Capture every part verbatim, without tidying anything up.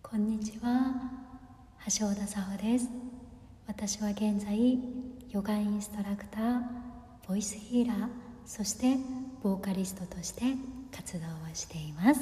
こんにちは、橋尾田沙穂です。私は現在ヨガインストラクター、ボイスヒーラー、そしてボーカリストとして活動をしています。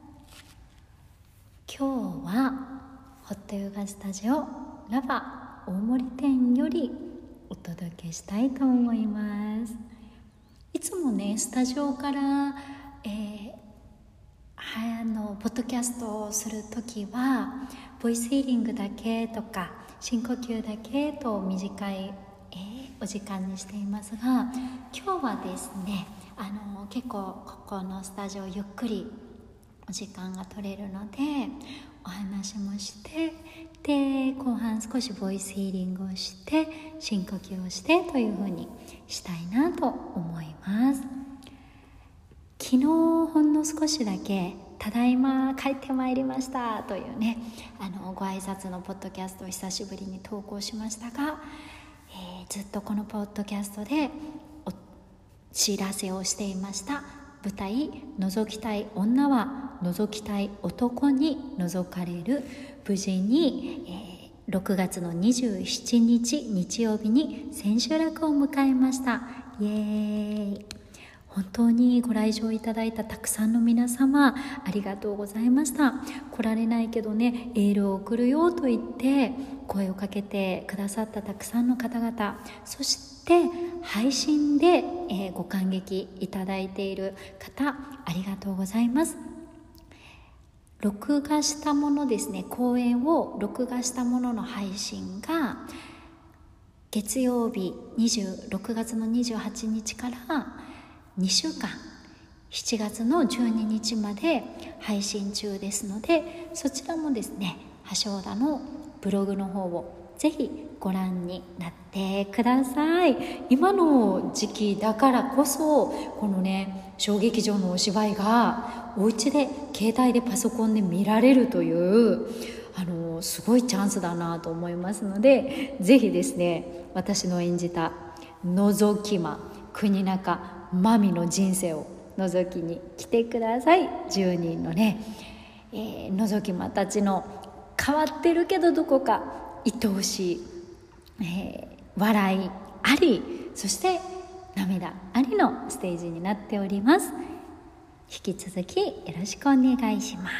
今日はホットヨガスタジオラバ大森店よりお届けしたいと思います。いつもね、スタジオから、えーあのポッドキャストをするときはボイスヒーリングだけとか深呼吸だけと短い、えー、お時間にしていますが、今日はですねあの結構ここのスタジオゆっくりお時間が取れるのでお話もして、で後半少しボイスヒーリングをして深呼吸をしてというふうにしたいなと思います。昨日ほんの少しだけただいま帰ってまいりましたというねあのご挨拶のポッドキャストを久しぶりに投稿しましたが、えー、ずっとこのポッドキャストでお知らせをしていました舞台覗きたい女は覗きたい男に覗かれる、無事に、えー、ろくがつのにじゅうしちにち日曜日に千秋楽を迎えました。イエーイ。本当にご来場いただいたたくさんの皆様ありがとうございました。来られないけどねエールを送るよと言って声をかけてくださったたくさんの方々、そして配信で、えー、ご感激いただいている方ありがとうございます。録画したものですね、講演を録画したものの配信が月曜日ろくがつのにじゅうはちにちからにしゅうかんしちがつのじゅうににちまで配信中ですので、そちらもですね橋尾田のブログの方をぜひご覧になってください。今の時期だからこそこのね小劇場のお芝居がお家で携帯でパソコンで見られるというあのすごいチャンスだなと思いますので、ぜひですね私の演じた覗き魔国中マミの人生を覗きに来てください。じゅうにんのね、えー、覗き魔たちの変わってるけどどこか愛おしい、えー、笑いあり、そして涙ありのステージになっております。引き続きよろしくお願いします。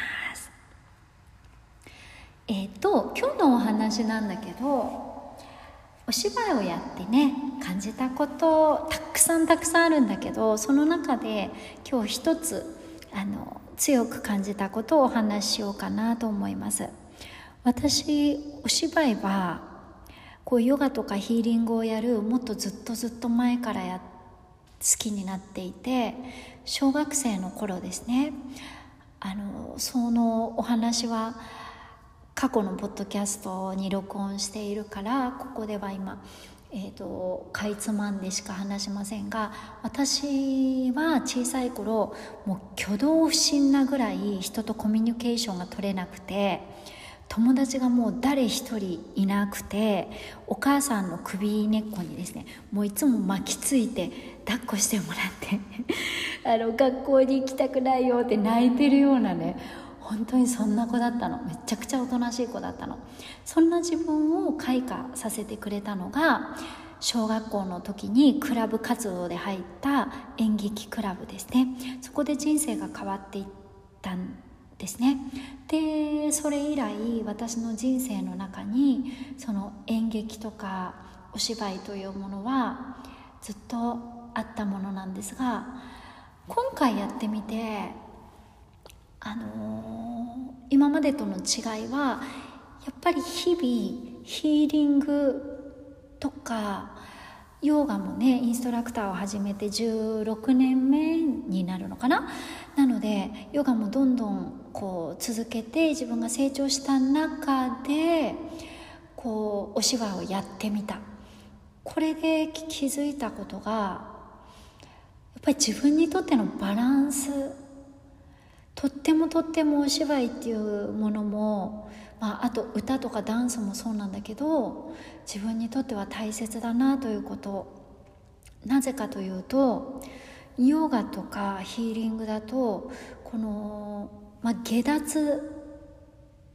えっと今日のお話なんだけど、お芝居をやってね感じたことたくさんたくさんあるんだけど、その中で今日一つあの強く感じたことをお話ししようかなと思います。私お芝居はこうヨガとかヒーリングをやるもっとずっとずっと前からや好きになっていて、小学生の頃ですねあのそのお話は過去のポッドキャストに録音しているからここでは今、えーと、かいつまんでしか話しませんが、私は小さい頃もう挙動不審なぐらい人とコミュニケーションが取れなくて、友達がもう誰一人いなくて、お母さんの首根っこにですねもういつも巻きついて抱っこしてもらってあの学校に行きたくないよって泣いてるようなね、本当にそんな子だったの。めちゃくちゃおとなしい子だったの。そんな自分を開花させてくれたのが小学校の時にクラブ活動で入った演劇クラブですね。そこで人生が変わっていったんですね。でそれ以来私の人生の中にその演劇とかお芝居というものはずっとあったものなんですが、今回やってみてあのー、今までとの違いはやっぱり日々ヒーリングとかヨガもねインストラクターを始めてじゅうろくねんめになるのかな。なのでヨガもどんどんこう続けて自分が成長した中でこうお芝居をやってみた。これで気づいたことがやっぱり自分にとってのバランス、とってもとってもお芝居っていうものも、まあ、あと歌とかダンスもそうなんだけど自分にとっては大切だなということ。なぜかというとヨガとかヒーリングだとこの、まあ、下脱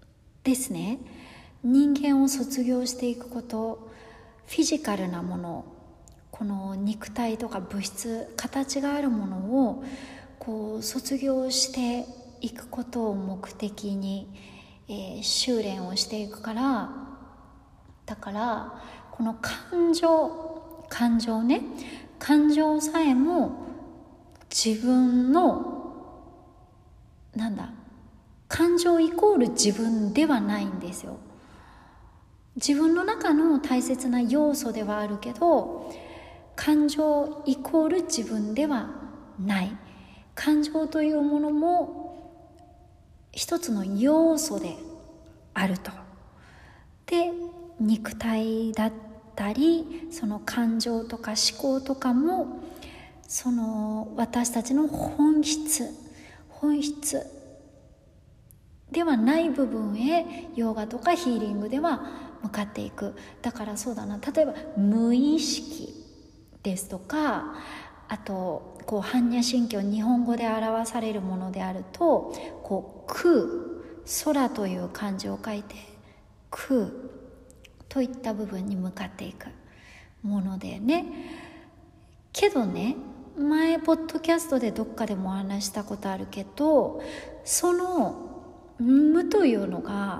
ですね。人間を卒業していくこと、フィジカルなもの、この肉体とか物質、形があるものをこう卒業していくことを目的に、えー、修練をしていくから、だからこの感情感情ね感情さえも自分のなんだ感情イコール自分ではないんですよ。自分の中の大切な要素ではあるけど、感情イコール自分ではない。感情というものも一つの要素であると。で、肉体だったり、その感情とか思考とかも、その私たちの本質、本質ではない部分へヨガとかヒーリングでは向かっていく。だからそうだな、例えば無意識ですとか、あとこう般若心経、日本語で表されるものであると、こう空、空という漢字を書いて空といった部分に向かっていくものでね。けどね、前ポッドキャストでどっかでもお話したことあるけど、その無というのが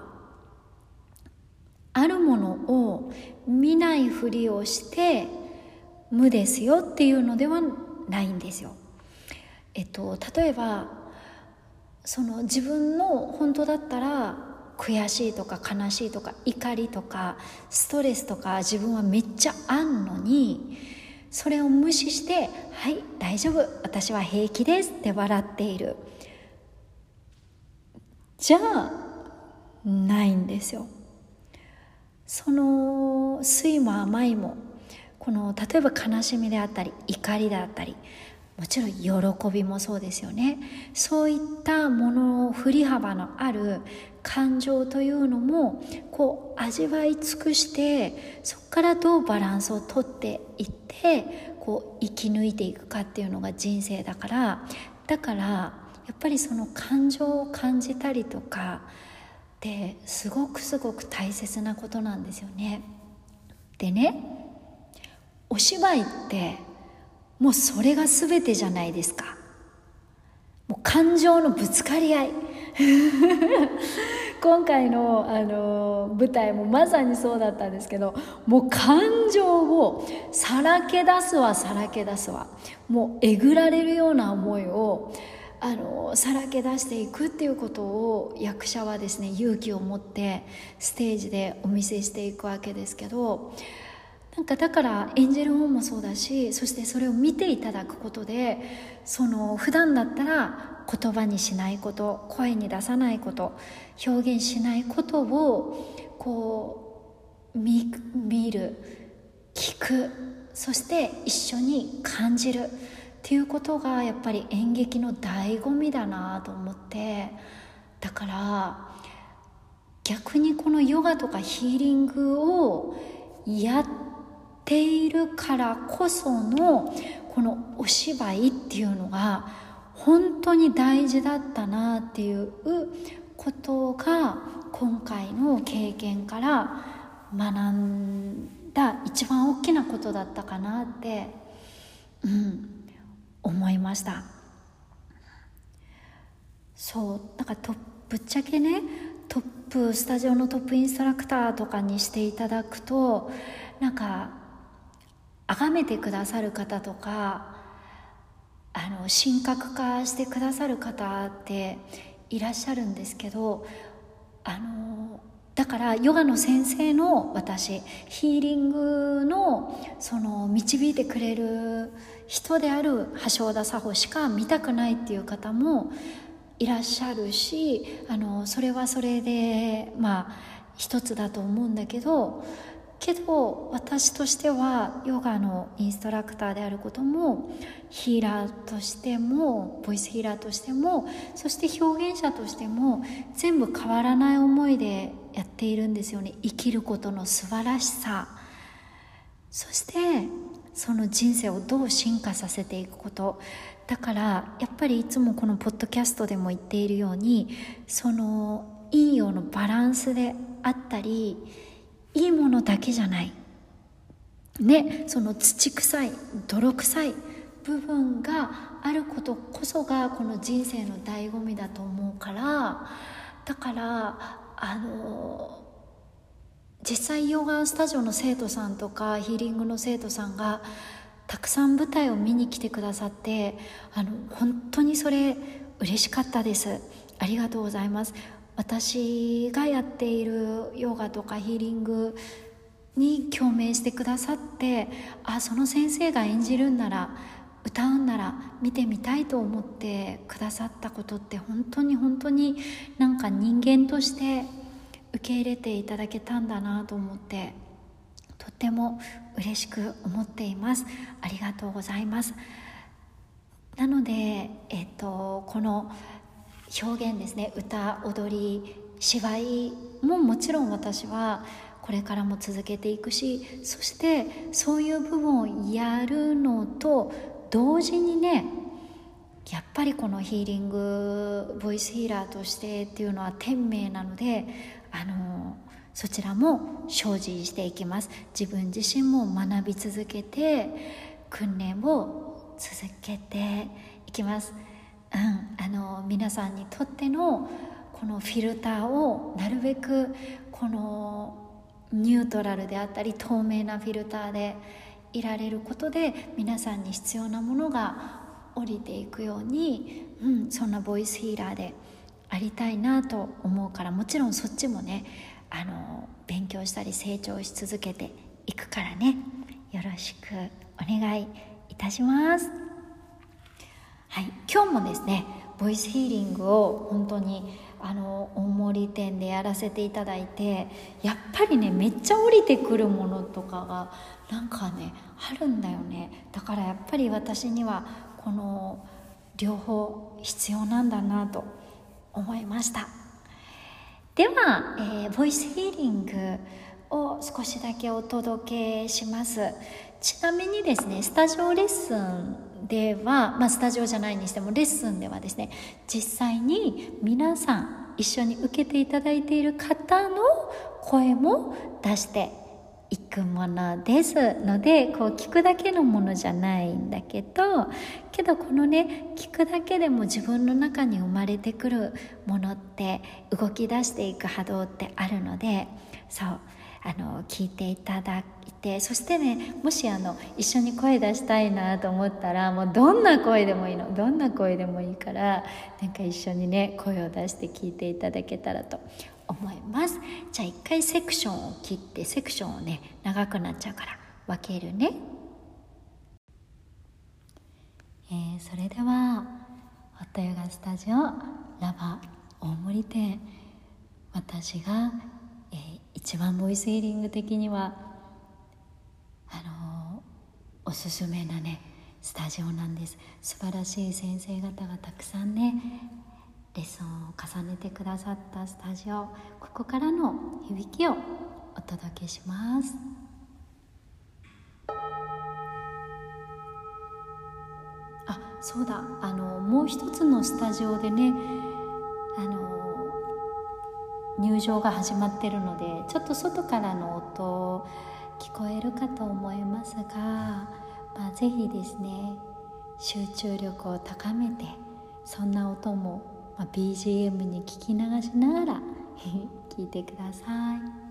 あるものを見ないふりをして無ですよっていうのではないんですよ。えっと例えばその自分の本当だったら悔しいとか悲しいとか怒りとかストレスとか自分はめっちゃあんのに、それを無視してはい大丈夫私は平気ですって笑っているじゃないんですよ。その酸いも甘いも、この例えば悲しみであったり怒りであったり、もちろん喜びもそうですよね。そういったもの、振り幅のある感情というのもこう味わい尽くして、そこからどうバランスをとっていってこう生き抜いていくかっていうのが人生だから、だからやっぱりその感情を感じたりとかってすごくすごく大切なことなんですよね。でね、お芝居ってもうそれが全てじゃないですか。もう感情のぶつかり合い今回の、あの舞台もまさにそうだったんですけど、もう感情をさらけ出すわさらけ出すわ、もうえぐられるような思いをあのさらけ出していくっていうことを役者はですね、勇気を持ってステージでお見せしていくわけですけど、なんかだから演じる方もそうだし、そしてそれを見ていただくことで、その普段だったら言葉にしないこと、声に出さないこと、表現しないことをこう 見, 見る聞く、そして一緒に感じるっていうことがやっぱり演劇の醍醐味だなと思って、だから逆にこのヨガとかヒーリングをやっているからこそのこのお芝居っていうのが本当に大事だったなっていうことが今回の経験から学んだ一番大きなことだったかなって、うん、思いました。そうだからとぶっちゃけね、トップスタジオのトップインストラクターとかにしていただくと、なんか崇めてくださる方とか、あの神格化してくださる方っていらっしゃるんですけど、あのだからヨガの先生の私、ヒーリングのその導いてくれる人である橋田沙穂しか見たくないっていう方もいらっしゃるし、あのそれはそれでまあ一つだと思うんだけど、けど私としてはヨガのインストラクターであることも、ヒーラーとしてもボイスヒーラーとしても、そして表現者としても全部変わらない思いでやっているんですよね。生きることの素晴らしさ、そしてその人生をどう進化させていくこと。だからやっぱりいつもこのポッドキャストでも言っているように、その陰陽のバランスであったり、いいものだけじゃないね、その土臭い泥臭い部分があることこそがこの人生の醍醐味だと思うから、だからあの実際ヨガスタジオの生徒さんとかヒーリングの生徒さんがたくさん舞台を見に来てくださって、あの本当にそれ嬉しかったです。ありがとうございます。私がやっているヨガとかヒーリングに共鳴してくださって、あ、その先生が演じるんなら歌うんなら見てみたいと思ってくださったことって、本当に本当になんか人間として受け入れていただけたんだなと思って、とっても嬉しく思っています。ありがとうございます。なので、えっと、この表現ですね、歌、踊り、芝居ももちろん私はこれからも続けていくし、そしてそういう部分をやるのと同時にね、やっぱりこのヒーリングボイスヒーラーとしてっていうのは天命なので、あのそちらも精進していきます。自分自身も学び続けて訓練を続けていきます。うん、あの皆さんにとってのこのフィルターをなるべくこのニュートラルであったり透明なフィルターでいられることで、皆さんに必要なものが降りていくように、うん、そんなボイスヒーラーでありたいなと思うから、もちろんそっちもね、あの勉強したり成長し続けていくからね、よろしくお願いいたします。はい、今日もですねボイスヒーリングを本当にあの大森店でやらせていただいて、やっぱりねめっちゃ降りてくるものとかがなんかねあるんだよね。だからやっぱり私にはこの両方必要なんだなと思いました。では、えー、ボイスヒーリングを少しだけお届けします。ちなみにですね、スタジオレッスンでは、まあ、スタジオじゃないにしてもレッスンではですね、実際に皆さん一緒に受けていただいている方の声も出していくものですので、こう聞くだけのものじゃないんだけど、けどこのね聞くだけでも自分の中に生まれてくるものって、動き出していく波動ってあるので、そうあの聞いていただいて、そしてね、もしあの一緒に声出したいなと思ったら、もうどんな声でもいいの、どんな声でもいいから、なんか一緒にね声を出して聞いていただけたらと思います。じゃあ一回セクションを切って、セクションをね長くなっちゃうから分けるね。えー、それではホットヨガスタジオラバ大森店、私が、えー、一番ボイスヒーリング的にはあのー、おすすめなねスタジオなんです。素晴らしい先生方がたくさんねレッスンを重ねてくださったスタジオ、ここからの響きをお届けします。あ、そうだ、あのもう一つのスタジオでね、あの入場が始まってるので、ちょっと外からの音聞こえるかと思いますが、まあ、ぜひですね集中力を高めて、そんな音も、まあ、ビージーエム に聞き流しながら聞いてください。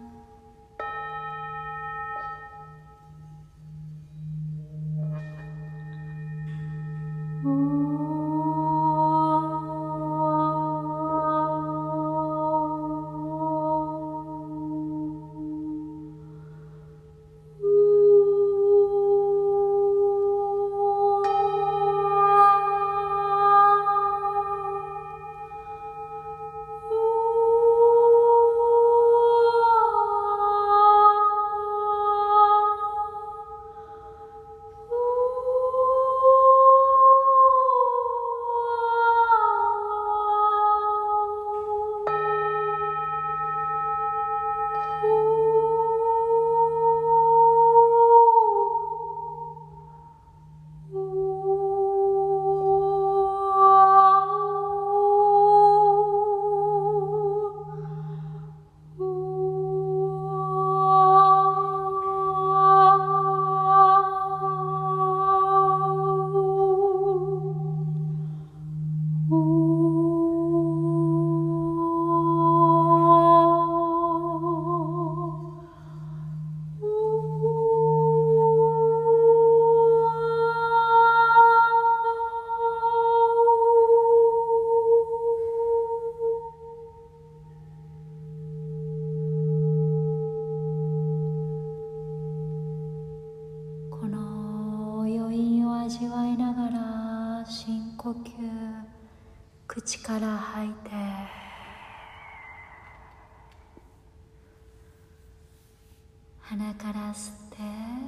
鼻から吸って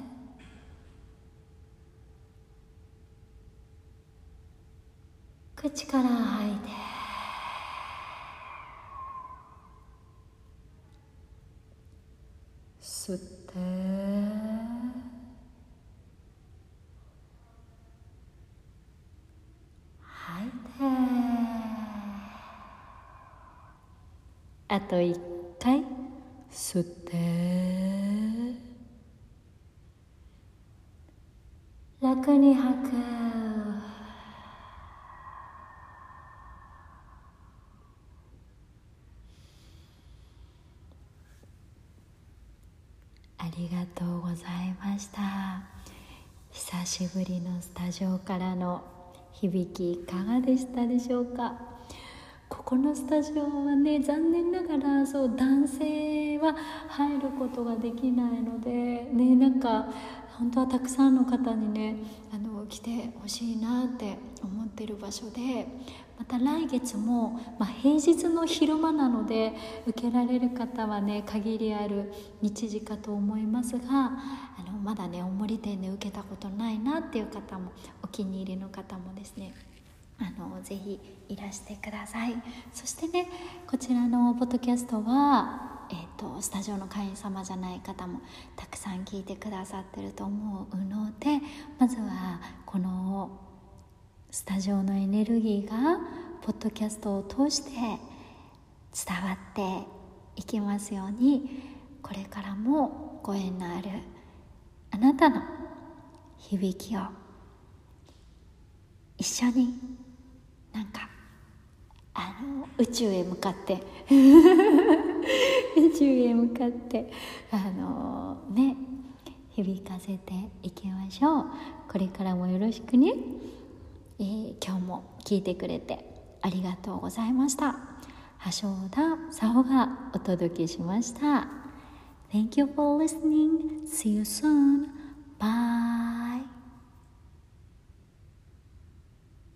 口から吐いて、吸って吐いて、あと一回吸って楽に吐く。ありがとうございました。久しぶりのスタジオからの響きいかがでしたでしょうか。ここのスタジオはね、残念ながらそう男性は入ることができないのでね、なんか本当はたくさんの方にねあの来てほしいなって思ってる場所で、また来月も、まあ、平日の昼間なので受けられる方はね限りある日時かと思いますが、あのまだね大森店で受けたことないなっていう方も、お気に入りの方もですね、あのぜひいらしてください。そしてね、こちらのポッドキャストは、えーと、スタジオの会員様じゃない方もたくさん聞いてくださってると思うので、まずはこのスタジオのエネルギーがポッドキャストを通して伝わっていきますように、これからもご縁のあるあなたの響きを一緒になんかあの宇宙へ向かって宇宙へ向かってあのね響かせていきましょう。これからもよろしくね。えー、今日も聞いてくれてありがとうございました。橋田沙穂がお届けしました。Thank you for listening. See you soon. Bye.